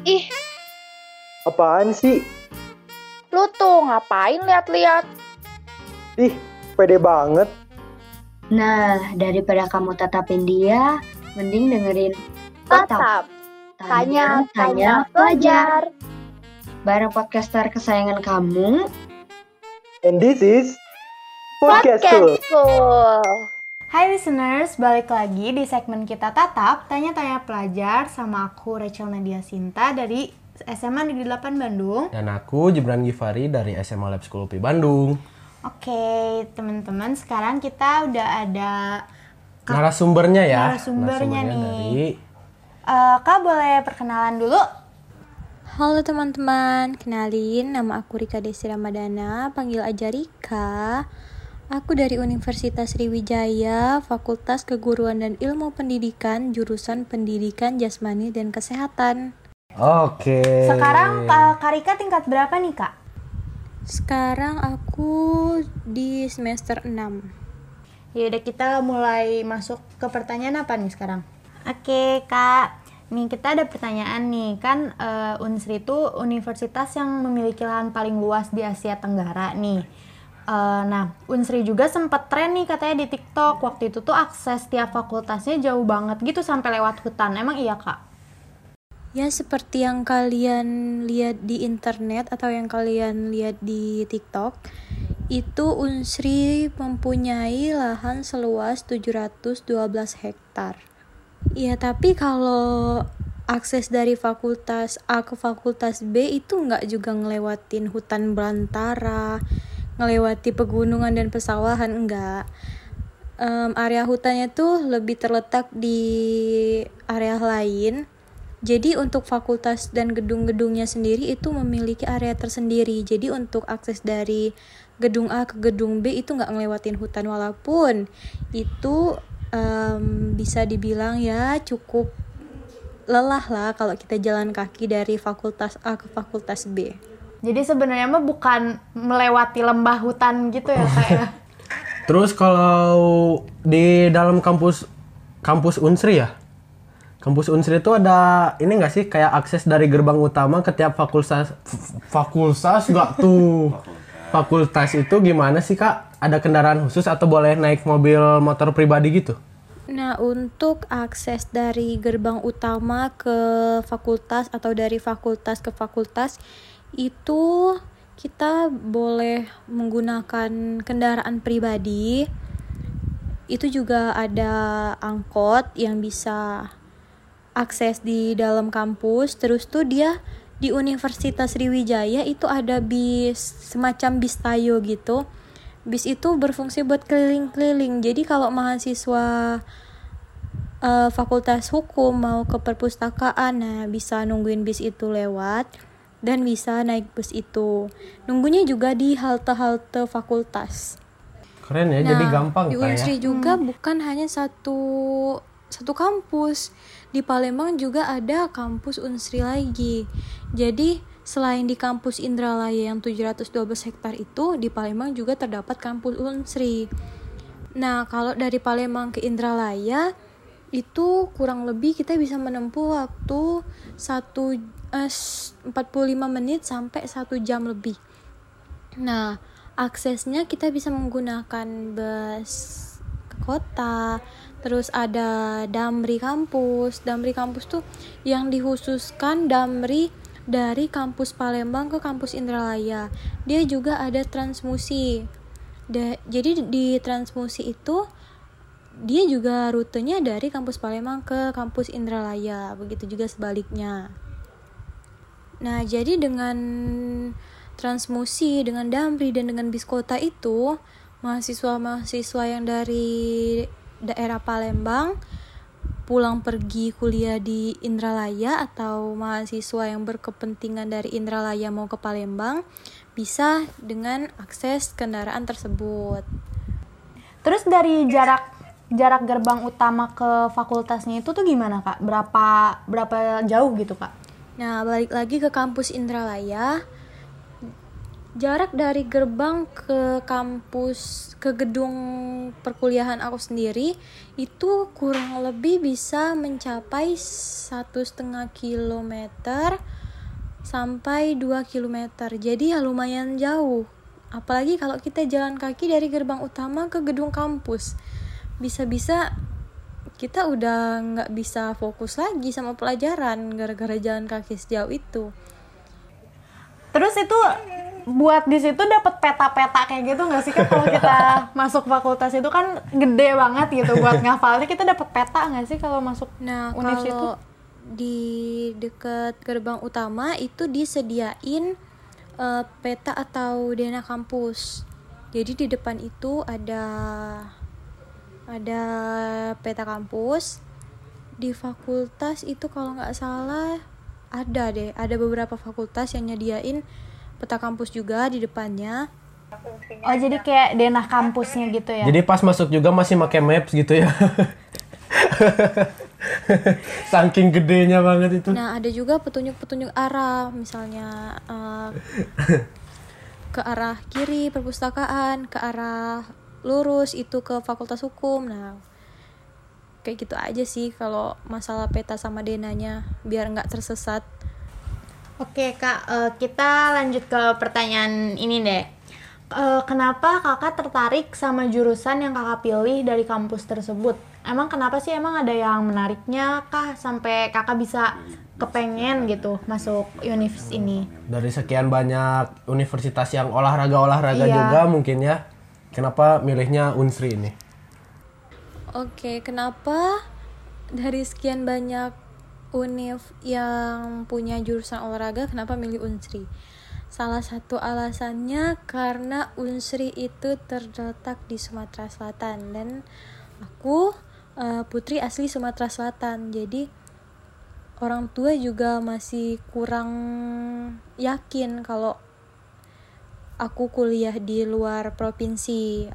Ih, Apaan sih? lu tuh ngapain lihat-lihat? Ih, pede banget. Nah, daripada kamu tatapin dia, mending dengerin Tatap. Tanya pelajar. Bareng podcaster kesayangan kamu. And this is Podcast School. Hai listeners, balik lagi di segmen kita Tatap, Tanya-Tanya Pelajar sama aku Rachel Nadia Sinta dari SMA Negeri 8 Bandung. Dan aku Gibran Givari dari SMA Lab School UPI Bandung. Oke, teman-teman, sekarang kita udah ada Narasumbernya ya. Narasumbernya nih. Dari Kak boleh perkenalan dulu? Halo teman-teman, kenalin nama aku Rika Desi Ramadana, panggil aja Rika. Aku dari Universitas Sriwijaya, Fakultas Keguruan dan Ilmu Pendidikan, jurusan Pendidikan Jasmani dan Kesehatan. Oke. Sekarang Kak Rika tingkat berapa nih Kak? Sekarang aku di semester 6. Yaudah kita mulai masuk ke pertanyaan apa nih sekarang? Oke Kak, nih kita ada pertanyaan nih, kan Unsri itu universitas yang memiliki lahan paling luas di Asia Tenggara nih. Nah, Unsri juga sempat tren nih katanya di TikTok, waktu itu tuh akses tiap fakultasnya jauh banget gitu sampai lewat hutan, emang iya Kak? Ya seperti yang kalian lihat di internet atau yang kalian lihat di TikTok, itu Unsri mempunyai lahan seluas 712 hektar. Ya tapi kalau akses dari fakultas A ke fakultas B itu nggak juga ngelewatin hutan belantara, ngelewati pegunungan dan pesawahan, enggak. Area hutannya tuh lebih terletak di area lain. Jadi untuk fakultas dan gedung-gedungnya sendiri itu memiliki area tersendiri. Jadi untuk akses dari gedung A ke gedung B itu nggak ngelewatin hutan, walaupun itu bisa dibilang ya cukup lelah lah kalau kita jalan kaki dari fakultas A ke fakultas B. Jadi sebenarnya mah bukan melewati lembah hutan gitu ya Kak ya? Terus kalau di dalam kampus Unsri ya? Kampus Unsri itu ada ini nggak sih kayak akses dari gerbang utama ke tiap fakultas nggak tuh? Fakultas itu gimana sih Kak? Ada kendaraan khusus atau boleh naik mobil motor pribadi gitu? Nah, untuk akses dari gerbang utama ke fakultas atau dari fakultas ke fakultas itu kita boleh menggunakan kendaraan pribadi. Itu juga ada angkot yang bisa akses di dalam kampus. Terus tuh dia di Universitas Sriwijaya itu ada bis, semacam bis Tayo gitu. Bis itu berfungsi buat keliling-keliling. Jadi kalau mahasiswa fakultas hukum mau ke perpustakaan, nah bisa nungguin bis itu lewat dan bisa naik bus itu. Nunggunya juga di halte-halte fakultas. Keren ya, jadi gampang di Kak ya. Unsri juga bukan hanya satu kampus. Di Palembang juga ada kampus Unsri lagi. Jadi selain di kampus Indralaya yang 712 hektar itu, di Palembang juga terdapat kampus Unsri. Nah, kalau dari Palembang ke Indralaya itu kurang lebih kita bisa menempuh waktu 45 menit sampai 1 jam lebih. Nah, aksesnya kita bisa menggunakan bus ke kota. Terus ada Damri kampus. Damri kampus tuh yang dikhususkan Damri dari kampus Palembang ke kampus Indralaya. Dia juga ada transmusi. Jadi di transmusi itu dia juga rutenya dari kampus Palembang ke kampus Indralaya. Begitu juga sebaliknya. Nah, jadi dengan transmusi, dengan Damri dan dengan bis kota itu, mahasiswa-mahasiswa yang dari daerah Palembang pulang pergi kuliah di Indralaya atau mahasiswa yang berkepentingan dari Indralaya mau ke Palembang bisa dengan akses kendaraan tersebut. Terus dari jarak gerbang utama ke fakultasnya itu tuh gimana Kak? Berapa jauh gitu Kak? Nah, balik lagi ke kampus Indralaya. Jarak dari gerbang ke kampus, ke gedung perkuliahan aku sendiri itu kurang lebih bisa mencapai 1,5 kilometer sampai 2 kilometer. Jadi ya lumayan jauh. Apalagi kalau kita jalan kaki dari gerbang utama ke gedung kampus. Bisa-bisa kita udah nggak bisa fokus lagi sama pelajaran gara-gara jalan kaki sejauh itu. Terus itu buat di situ dapat peta-peta kayak gitu nggak sih Kak? Kalau kita masuk fakultas itu kan gede banget gitu buat ngafalnya, kita dapat peta nggak sih kalau masuk univ itu? Kalau di dekat gerbang utama itu disediain peta atau dena kampus. Jadi di depan itu ada peta kampus. Di fakultas itu kalau nggak salah ada beberapa fakultas yang nyediain peta kampus juga di depannya. Oh, jadi kayak denah kampusnya gitu ya? Jadi pas masuk juga masih pakai maps gitu ya. Saking gedenya banget itu. Nah, ada juga petunjuk-petunjuk arah, misalnya ke arah kiri perpustakaan, ke arah lurus itu ke Fakultas Hukum. Nah, kayak gitu aja sih kalau masalah peta sama denanya, biar nggak tersesat. Oke Kak, kita lanjut ke pertanyaan ini deh. Kenapa Kakak tertarik sama jurusan yang Kakak pilih dari kampus tersebut? Emang kenapa sih, emang ada yang menariknya kah sampai Kakak bisa kepengen gitu masuk univ ini? Dari sekian banyak universitas yang olahraga Iya. juga mungkin ya. Kenapa milihnya Unsri ini? Oke, kenapa dari sekian banyak univ yang punya jurusan olahraga, kenapa milih Unsri? Salah satu alasannya karena Unsri itu terletak di Sumatera Selatan dan aku putri asli Sumatera Selatan. Jadi orang tua juga masih kurang yakin kalau aku kuliah di luar provinsi.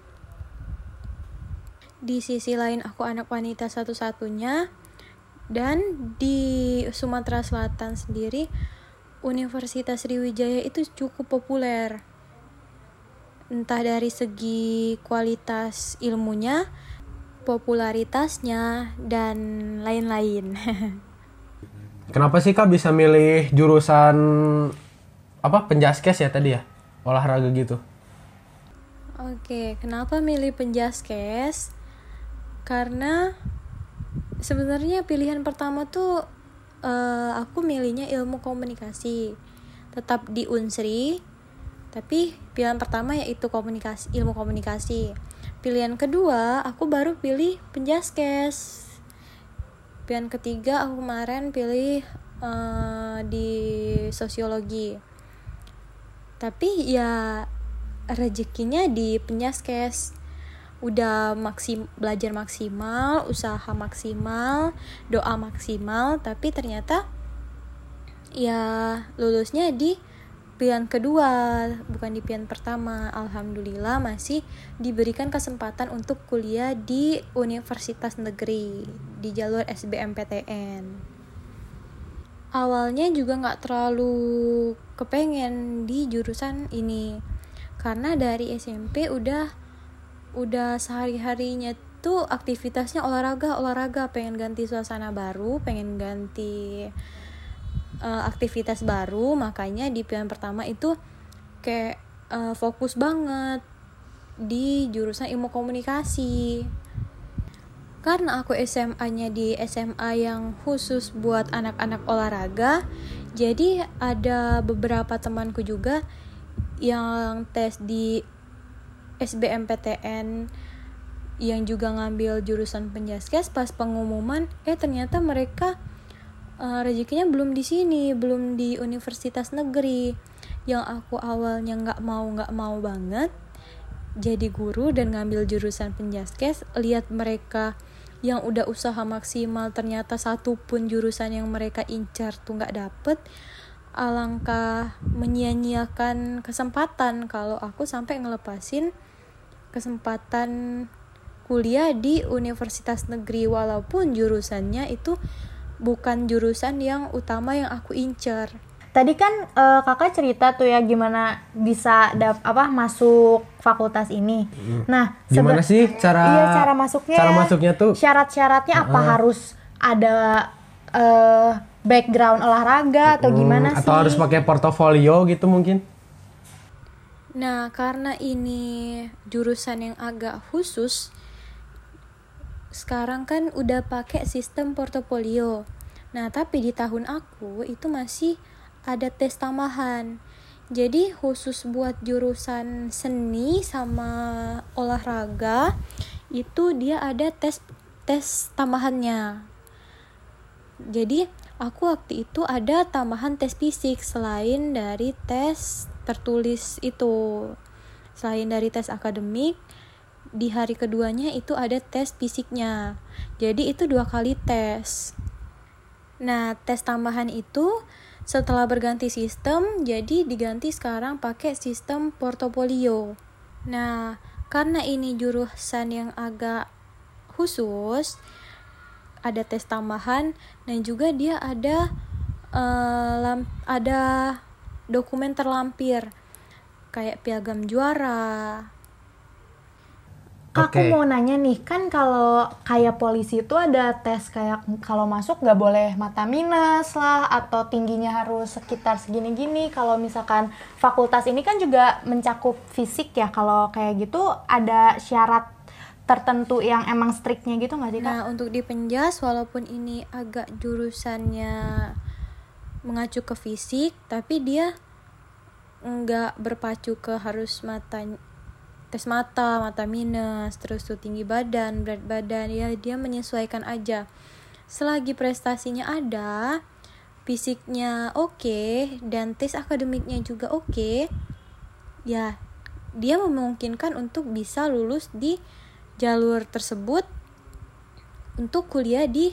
Di sisi lain aku anak wanita satu-satunya. Dan di Sumatera Selatan sendiri, Universitas Sriwijaya itu cukup populer. Entah dari segi kualitas ilmunya, popularitasnya, dan lain-lain. Kenapa sih Kak bisa milih jurusan penjaskes ya tadi ya? Olahraga gitu. Oke, kenapa milih penjaskes? Karena sebenarnya pilihan pertama tuh aku milihnya ilmu komunikasi, tetap di Unsri, tapi pilihan pertama yaitu ilmu komunikasi. Pilihan kedua aku baru pilih penjaskes. Pilihan ketiga aku kemarin pilih di sosiologi. Tapi ya rezekinya di penjaskes. Udah belajar maksimal, usaha maksimal, doa maksimal, tapi ternyata ya lulusnya di pilihan kedua, bukan di pilihan pertama. Alhamdulillah masih diberikan kesempatan untuk kuliah di universitas negeri di jalur SBMPTN. Awalnya juga nggak terlalu kepengen di jurusan ini, karena dari SMP udah sehari-harinya tuh aktivitasnya olahraga, pengen ganti suasana baru, pengen ganti aktivitas baru. Makanya di pilihan pertama itu kayak fokus banget di jurusan ilmu komunikasi. Karena aku SMA-nya di SMA yang khusus buat anak-anak olahraga, jadi ada beberapa temanku juga yang tes di SBMPTN yang juga ngambil jurusan penjaskes. Pas pengumuman ternyata mereka rezekinya belum di sini, belum di universitas negeri. Yang aku awalnya nggak mau banget jadi guru dan ngambil jurusan penjaskes, lihat mereka yang udah usaha maksimal ternyata satu pun jurusan yang mereka incar tuh nggak dapet. Alangkah menyia-nyiakan kesempatan kalau aku sampai ngelepasin kesempatan kuliah di universitas negeri, walaupun jurusannya itu bukan jurusan yang utama yang aku incer. tadi kan kakak cerita tuh ya gimana bisa masuk fakultas ini. Nah, Gimana sih cara masuknya? Cara masuknya tuh Syarat-syaratnya apa harus ada background olahraga atau gimana sih? Atau harus pakai portofolio gitu mungkin? Nah, karena ini jurusan yang agak khusus, sekarang kan udah pakai sistem portofolio. Nah, tapi di tahun aku itu masih ada tes tambahan. Jadi khusus buat jurusan seni sama olahraga itu dia ada tes tambahannya. Jadi aku waktu itu ada tambahan tes fisik selain dari tes tertulis itu. Selain dari tes akademik, di hari keduanya itu ada tes fisiknya. Jadi itu 2 kali tes. Nah, tes tambahan itu setelah berganti sistem, jadi diganti sekarang pakai sistem portofolio. Nah, karena ini jurusan yang agak khusus, ada tes tambahan dan juga dia ada dokumen terlampir kayak piagam juara. Aku mau nanya nih, kan kalau kayak polisi itu ada tes kayak kalau masuk nggak boleh mata minus lah atau tingginya harus sekitar segini-gini. Kalau misalkan fakultas ini kan juga mencakup fisik ya, kalau kayak gitu ada syarat tertentu yang emang striknya gitu nggak sih Kak? Nah, untuk di Penjas walaupun ini agak jurusannya mengacu ke fisik, tapi dia nggak berpacu ke harus tes mata minus, terus tuh tinggi badan, berat badan, ya dia menyesuaikan aja. Selagi prestasinya ada, fisiknya oke, dan tes akademiknya juga oke, ya dia memungkinkan untuk bisa lulus di jalur tersebut untuk kuliah di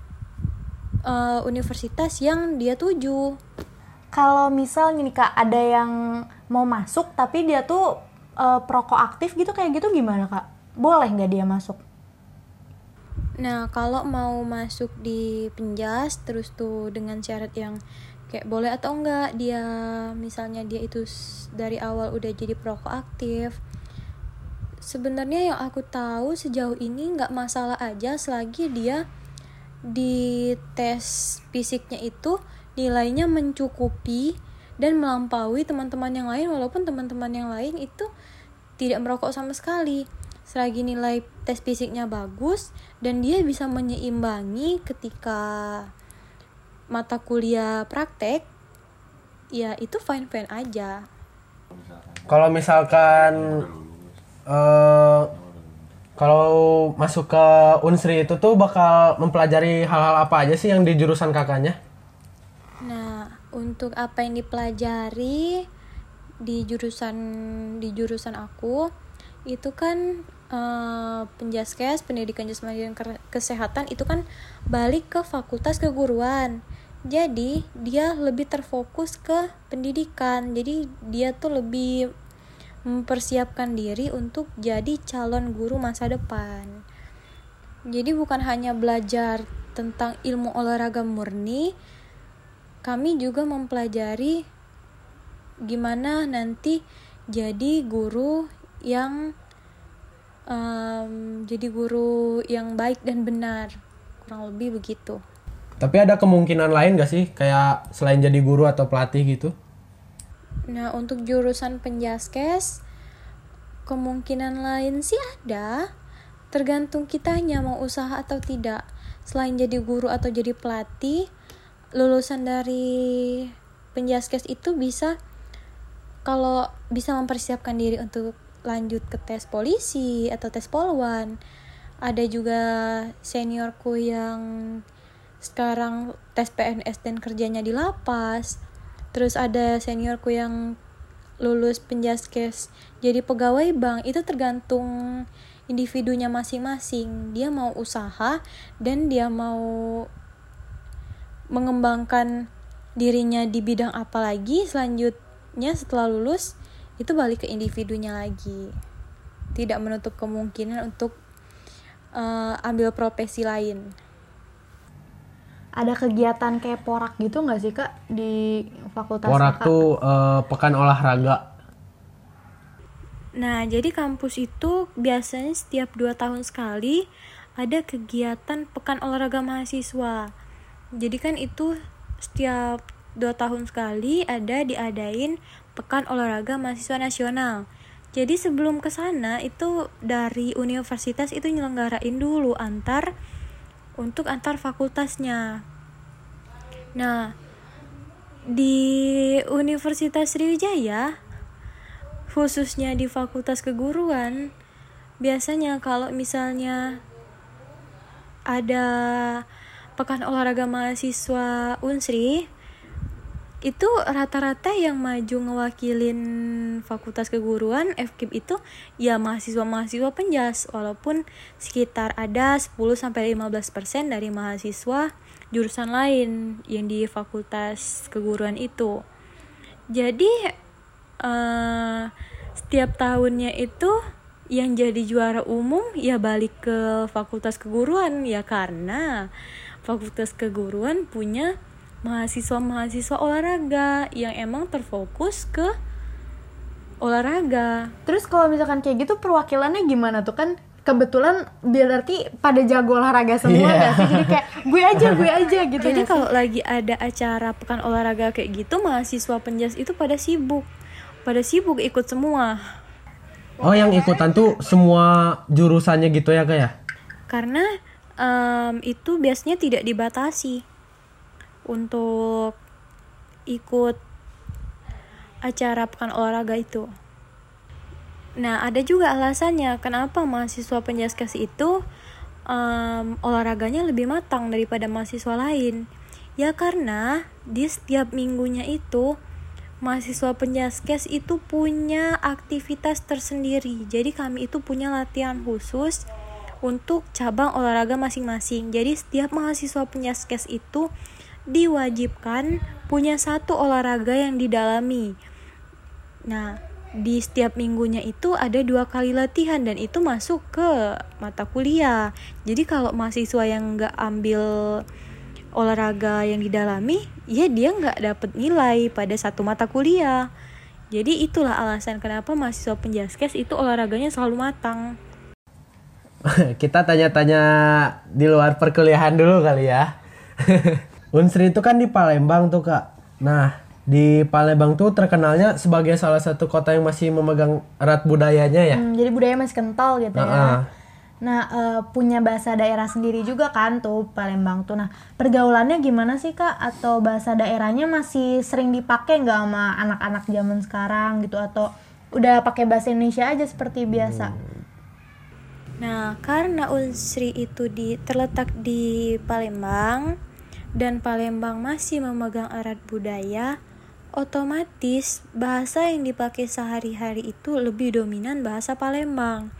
universitas yang dia tuju. Kalau misal nih Kak, ada yang mau masuk tapi dia tuh prokoaktif gitu, kayak gitu gimana Kak? Boleh nggak dia masuk? Nah, kalau mau masuk di Penjas terus tuh dengan syarat yang kayak boleh atau enggak dia, misalnya dia itu dari awal udah jadi prokoaktif, sebenarnya yang aku tahu sejauh ini nggak masalah aja selagi dia di tes fisiknya itu nilainya mencukupi dan melampaui teman-teman yang lain, walaupun teman-teman yang lain itu tidak merokok sama sekali. Selagi nilai tes fisiknya bagus dan dia bisa menyeimbangi ketika mata kuliah praktek, ya itu fine-fine aja. Kalau misalkan kalau masuk ke Unsri itu tuh bakal mempelajari hal-hal apa aja sih yang di jurusan kakaknya? Nah, untuk apa yang dipelajari di jurusan aku itu kan Penjaskes, pendidikan jasmani dan kesehatan itu kan balik ke fakultas keguruan. Jadi dia lebih terfokus ke pendidikan. Jadi dia tuh lebih mempersiapkan diri untuk jadi calon guru masa depan. Jadi bukan hanya belajar tentang ilmu olahraga murni, kami juga mempelajari gimana nanti jadi guru yang baik dan benar, kurang lebih begitu. Tapi ada kemungkinan lain gak sih kayak selain jadi guru atau pelatih gitu? Nah, untuk jurusan Penjaskes kemungkinan lain sih ada, tergantung kitanya mau usaha atau tidak. Selain jadi guru atau jadi pelatih, lulusan dari Penjaskes itu bisa, kalau bisa mempersiapkan diri untuk lanjut ke tes polisi atau tes polwan. Ada juga seniorku yang sekarang tes PNS dan kerjanya di lapas. Terus ada seniorku yang lulus Penjaskes jadi pegawai bank. Itu tergantung individunya masing-masing. Dia mau usaha dan dia mau mengembangkan dirinya di bidang apa lagi selanjutnya setelah lulus, itu balik ke individunya lagi. Tidak menutup kemungkinan untuk ambil profesi lain. ada kegiatan kayak porak gitu nggak sih Kak di fakultas Porak Kakak? tuh pekan olahraga. Nah, jadi kampus itu biasanya setiap 2 tahun sekali ada kegiatan pekan olahraga mahasiswa. Jadi kan itu setiap 2 tahun sekali ada diadain pekan olahraga mahasiswa nasional. Jadi sebelum ke sana itu dari universitas itu nyelenggarain dulu untuk antar fakultasnya. Nah, di Universitas Sriwijaya, khususnya di Fakultas Keguruan, biasanya kalau misalnya ada pekan olahraga mahasiswa Unsri, itu rata-rata yang maju ngewakilin Fakultas Keguruan FKIP itu ya mahasiswa-mahasiswa Penjas, walaupun sekitar ada 10-15% dari mahasiswa jurusan lain yang di Fakultas Keguruan itu. Jadi setiap tahunnya itu yang jadi juara umum ya balik ke Fakultas Keguruan ya, karena Fakultas Keguruan punya mahasiswa-mahasiswa olahraga yang emang terfokus ke olahraga. Terus kalau misalkan kayak gitu perwakilannya gimana tuh? Kan kebetulan berarti pada jago olahraga semua nggak sih? Jadi kayak gue aja gitu. Jadi nggak kalau sih? lagi ada acara pekan olahraga kayak gitu, mahasiswa Penjas itu pada sibuk ikut semua. Oh, yang ikutan tuh semua jurusannya gitu ya Kak ya? Karena itu biasanya tidak dibatasi untuk ikut acara pekan olahraga itu. Nah, ada juga alasannya kenapa mahasiswa Penjaskes itu olahraganya lebih matang daripada mahasiswa lain. Ya karena di setiap minggunya itu mahasiswa Penjaskes itu punya aktivitas tersendiri. Jadi kami itu punya latihan khusus untuk cabang olahraga masing-masing. Jadi setiap mahasiswa Penjaskes itu diwajibkan punya satu olahraga yang didalami. Nah, di setiap minggunya itu ada 2 kali latihan dan itu masuk ke mata kuliah. Jadi kalau mahasiswa yang nggak ambil olahraga yang didalami, ya dia nggak dapet nilai pada satu mata kuliah. Jadi itulah alasan kenapa mahasiswa Penjaskes itu olahraganya selalu matang. Kita tanya-tanya di luar perkuliahan dulu kali ya. Unsri itu kan di Palembang tuh Kak. Nah, di Palembang tuh terkenalnya sebagai salah satu kota yang masih memegang erat budayanya ya. Jadi budaya masih kental gitu ya. Nah, punya bahasa daerah sendiri juga kan tuh Palembang tuh. Nah, pergaulannya gimana sih Kak? Atau bahasa daerahnya masih sering dipakai nggak sama anak-anak zaman sekarang gitu? Atau udah pakai bahasa Indonesia aja seperti biasa? Nah, karena Unsri itu terletak di Palembang dan Palembang masih memegang erat budaya, otomatis bahasa yang dipakai sehari-hari itu lebih dominan bahasa Palembang.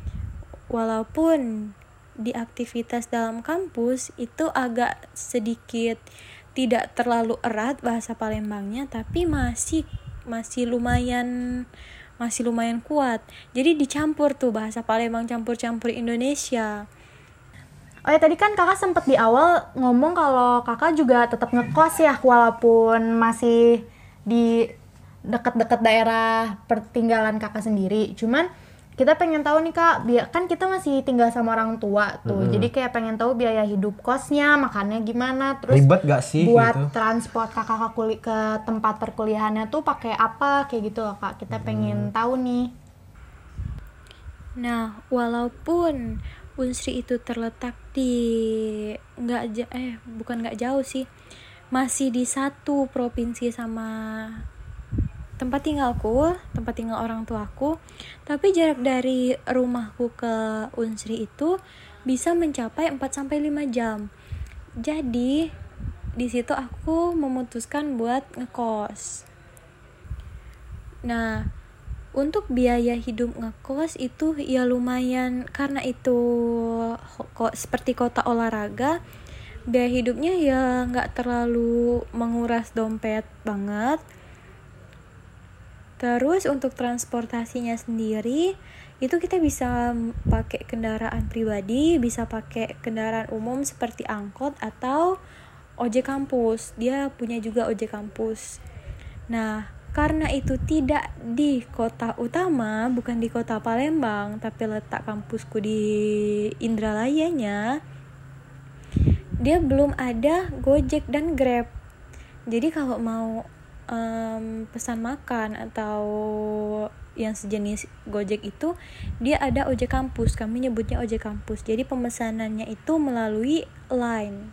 Walaupun di aktivitas dalam kampus itu agak sedikit tidak terlalu erat bahasa Palembangnya, tapi masih lumayan kuat. Jadi dicampur tuh bahasa Palembang campur-campur Indonesia. Oh ya, tadi kan kakak sempat di awal ngomong kalau kakak juga tetap ngekos ya walaupun masih di dekat-dekat daerah pertinggalan kakak sendiri. Cuman kita pengen tahu nih Kak, kan kita masih tinggal sama orang tua tuh. Jadi kayak pengen tahu biaya hidup kosnya, makannya gimana, terus Ribet gak sih buat gitu? transport kakak ke tempat perkuliahannya tuh pakai apa kayak gitu loh Kak. Kita pengen tahu nih. Nah, walaupun Unsri itu terletak di bukan nggak jauh sih, masih di satu provinsi sama tempat tinggal orang tuaku, tapi jarak dari rumahku ke Unsri itu bisa mencapai 4-5 jam. Jadi di situ aku memutuskan buat ngekos. Nah, untuk biaya hidup ngekos itu ya lumayan, karena itu kok seperti kota olahraga, biaya hidupnya ya nggak terlalu menguras dompet banget. Terus untuk transportasinya sendiri itu kita bisa pakai kendaraan pribadi, bisa pakai kendaraan umum seperti angkot atau ojek kampus. Dia punya juga ojek kampus. Nah, karena itu tidak di kota utama, bukan di kota Palembang, tapi letak kampusku di Indralayanya, dia belum ada Gojek dan Grab. Jadi kalau mau pesan makan atau yang sejenis Gojek itu, dia ada ojek kampus. Kami nyebutnya ojek kampus. Jadi pemesanannya itu melalui Line.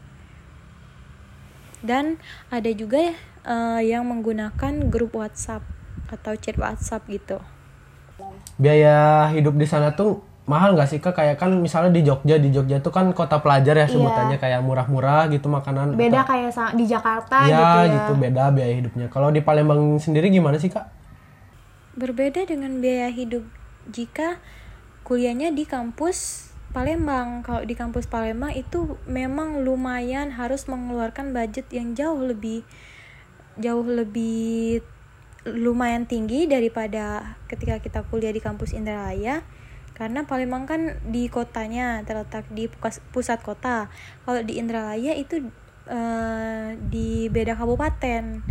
Dan ada juga yang menggunakan grup WhatsApp atau chat WhatsApp gitu. Biaya hidup di sana tuh mahal nggak sih Kak? Kayak kan misalnya di Jogja tuh kan kota pelajar ya sebutannya, kayak murah-murah gitu makanan. Beda atau, kayak di Jakarta ya, gitu ya. gitu beda biaya hidupnya. Kalau di Palembang sendiri gimana sih Kak? Berbeda dengan biaya hidup jika kuliahnya di kampus Palembang. Kalau di kampus Palembang itu memang lumayan harus mengeluarkan budget yang jauh lebih lumayan tinggi daripada ketika kita kuliah di kampus Indralaya. Karena Palembang kan di kotanya terletak di pusat kota. Kalau di Indralaya itu di beda kabupaten.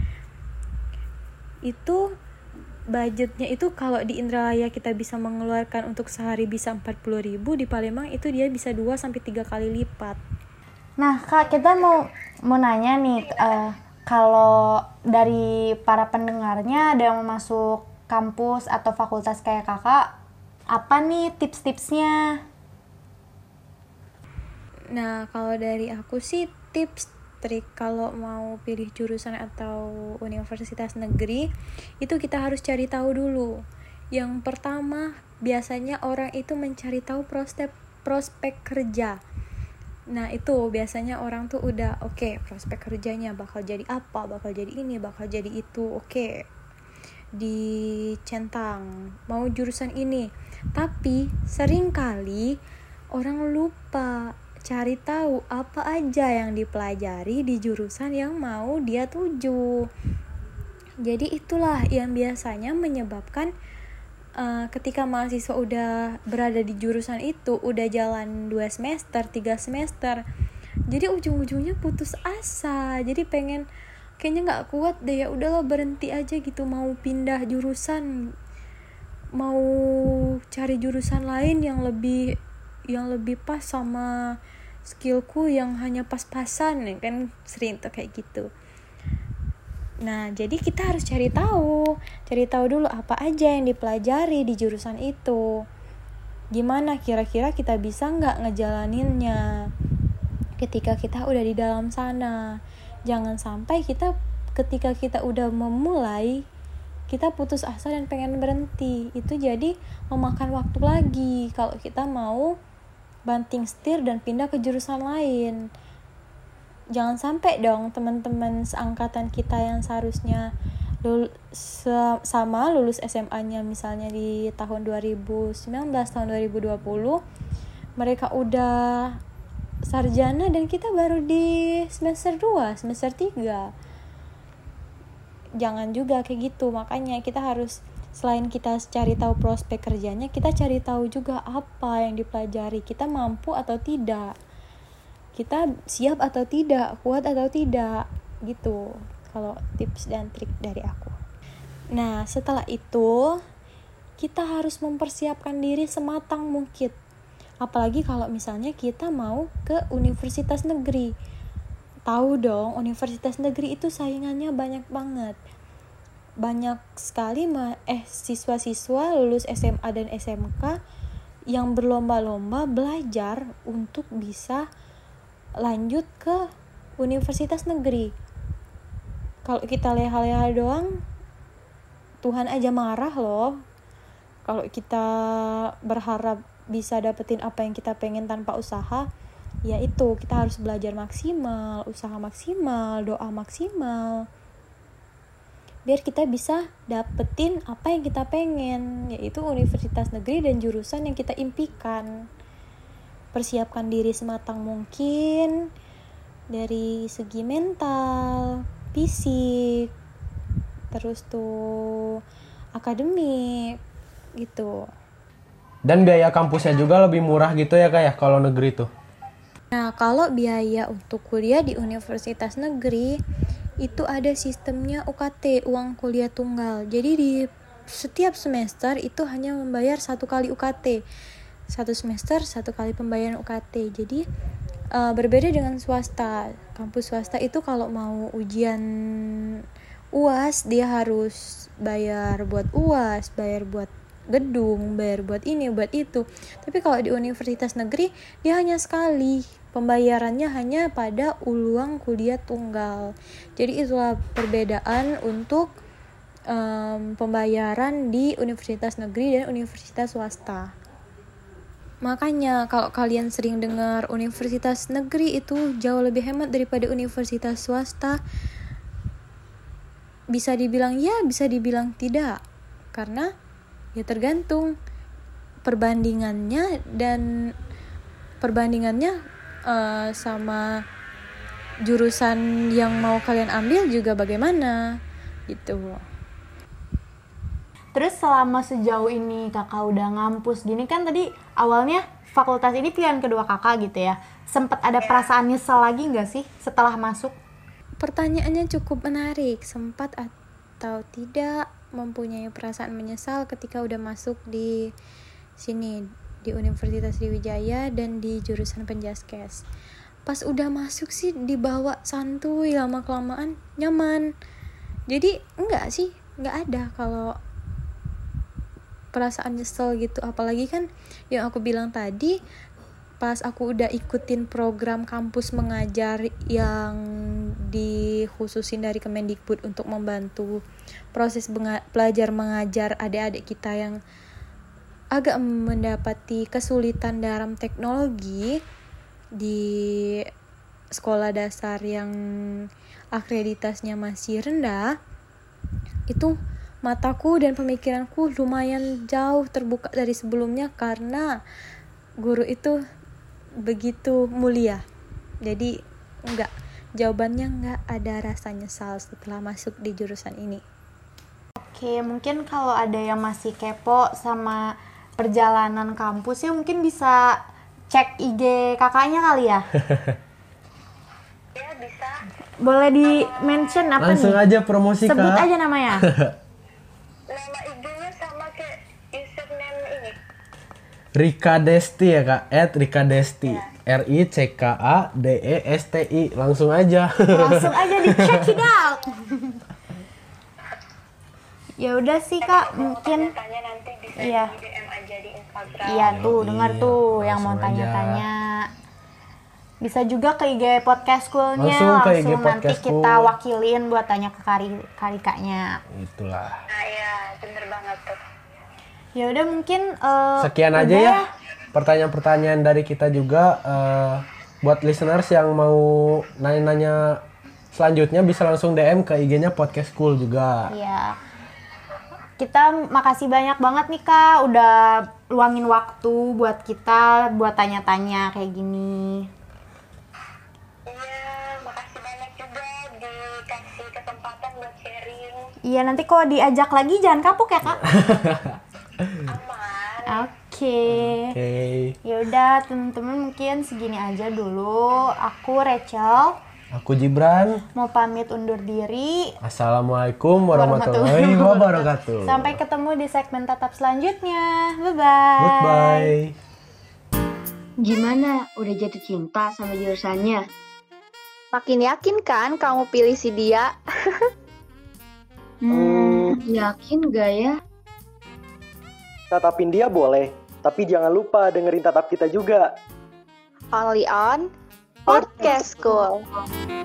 Itu budgetnya itu kalau di Indralaya kita bisa mengeluarkan untuk sehari bisa 40.000, di Palembang itu dia bisa 2-3 kali lipat. Nah Kak, kita mau nanya nih, kalau dari para pendengarnya ada yang mau masuk kampus atau fakultas kayak kakak, apa nih tips-tipsnya? Nah, kalau dari aku sih tips trik kalau mau pilih jurusan atau universitas negeri itu kita harus cari tahu dulu. Yang pertama, biasanya orang itu mencari tahu prospek kerja. Nah, itu biasanya orang tuh udah oke, prospek kerjanya bakal jadi apa, bakal jadi ini, bakal jadi itu, oke. Dicentang mau jurusan ini. Tapi seringkali orang lupa cari tahu apa aja yang dipelajari di jurusan yang mau dia tuju. Jadi itulah yang biasanya menyebabkan ketika mahasiswa udah berada di jurusan itu, udah jalan 2 semester, 3 semester, jadi ujung-ujungnya putus asa. Jadi kayaknya nggak kuat deh, ya udahlah berhenti aja gitu, mau pindah jurusan, mau cari jurusan lain yang lebih pas sama skillku yang hanya pas-pasan, ya kan sering tuh kayak gitu. Nah, jadi kita harus cari tahu dulu apa aja yang dipelajari di jurusan itu. Gimana kira-kira kita bisa nggak ngejalaninnya ketika kita udah di dalam sana. Jangan sampai ketika kita udah memulai, kita putus asa dan pengen berhenti. Itu jadi memakan waktu lagi kalau kita mau banting setir dan pindah ke jurusan lain. Jangan sampai dong teman-teman seangkatan kita yang seharusnya lulus SMA-nya misalnya di tahun 2019, tahun 2020, mereka udah sarjana dan kita baru di semester 2, semester 3. Jangan juga kayak gitu. Makanya kita harus, selain kita cari tahu prospek kerjanya, kita cari tahu juga apa yang dipelajari, kita mampu atau tidak, kita siap atau tidak, kuat atau tidak, gitu kalau tips dan trik dari aku. Nah, setelah itu kita harus mempersiapkan diri sematang mungkin. Apalagi kalau misalnya kita mau ke universitas negeri. Tahu dong, universitas negeri itu saingannya banyak banget. Banyak sekali siswa-siswa lulus SMA dan SMK yang berlomba-lomba belajar untuk bisa lanjut ke universitas negeri. Kalau kita leha-leha doang, Tuhan aja marah loh. Kalau kita berharap bisa dapetin apa yang kita pengen tanpa usaha, ya itu, kita harus belajar maksimal, usaha maksimal, doa maksimal, biar kita bisa dapetin apa yang kita pengen, yaitu universitas negeri dan jurusan yang kita impikan. Persiapkan diri sematang mungkin dari segi mental, fisik, terus tuh akademik gitu. Dan biaya kampusnya juga lebih murah gitu ya kayak kalau negeri tuh. Nah, kalau biaya untuk kuliah di universitas negeri itu ada sistemnya UKT, uang kuliah tunggal. Jadi di setiap semester itu hanya membayar 1 kali UKT. 1 semester 1 kali pembayaran UKT. Jadi berbeda dengan swasta. Kampus swasta itu kalau mau ujian UAS dia harus bayar buat UAS, bayar buat gedung, bayar buat ini, buat itu. Tapi kalau di universitas negeri dia hanya sekali, pembayarannya hanya pada uang kuliah tunggal. Jadi itulah perbedaan untuk pembayaran di universitas negeri dan universitas swasta. Makanya kalau kalian sering dengar universitas negeri itu jauh lebih hemat daripada universitas swasta, bisa dibilang ya, bisa dibilang tidak. Karena ya tergantung perbandingannya sama jurusan yang mau kalian ambil juga bagaimana gitu. Terus selama sejauh ini kakak udah ngampus gini kan, tadi awalnya fakultas ini pilihan kedua kakak gitu ya, sempet ada perasaan nyesel lagi nggak sih setelah masuk? Pertanyaannya cukup menarik. Sempat atau tidak mempunyai perasaan menyesal ketika udah masuk di sini, di Universitas Sriwijaya dan di jurusan Penjaskes. Pas udah masuk sih dibawa santuy, lama-kelamaan nyaman. Jadi enggak ada kalau perasaan nyesel gitu. Apalagi kan yang aku bilang tadi, pas aku udah ikutin program kampus mengajar yang dikhususin dari Kemendikbud untuk membantu proses belajar mengajar adik-adik kita yang agak mendapati kesulitan dalam teknologi di sekolah dasar yang akreditasnya masih rendah, itu mataku dan pemikiranku lumayan jauh terbuka dari sebelumnya karena guru itu begitu mulia. Jadi jawabannya enggak ada rasa nyesal setelah masuk di jurusan ini. Oke, mungkin kalau ada yang masih kepo sama perjalanan kampus ya mungkin bisa cek IG kakaknya kali ya. Ya bisa. Boleh di mention apa Langsung nih? aja promosi Kak. Sebut aja namanya. Nama IG-nya sama kayak username ini. Rika Desti ya Kak, @Rika Desti. RICKADESTI. Langsung aja. Langsung aja di check it out. Ya udah sih Kak, mungkin Tanya nanti bisa iya. di DM aja di Instagram. Iya tuh, dengar tuh yang mau langsung aja. tanya-tanya. Bisa juga ke IG Podcast School-nya, Langsung ke IG nanti Podcast kita School. wakilin buat tanya ke Karikanya. Itulah. Nah ya, bener banget tuh. Ya udah mungkin Sekian aja udah ya pertanyaan-pertanyaan dari kita juga. Buat listeners yang mau nanya-nanya selanjutnya bisa langsung DM ke IG-nya Podcast School juga. Iya. Kita makasih banyak banget nih Kak udah luangin waktu buat kita buat tanya-tanya kayak gini. Iya, makasih banyak juga dikasih kesempatan buat sharing. Iya, nanti kalau diajak lagi jangan kapok ya Kak. Aman. Oke. Oke. Ya udah teman-teman mungkin segini aja dulu. Aku Rachel Aku Gibran. mau pamit undur diri. Assalamualaikum warahmatullahi wabarakatuh. Sampai ketemu di segmen tatap selanjutnya. Bye-bye. Goodbye. Gimana? Udah jatuh cinta sama jurusannya? Makin yakin kan kamu pilih si dia? Yakin gak ya? Tatapin dia boleh, tapi jangan lupa dengerin tatap kita juga. Only on Podcast School.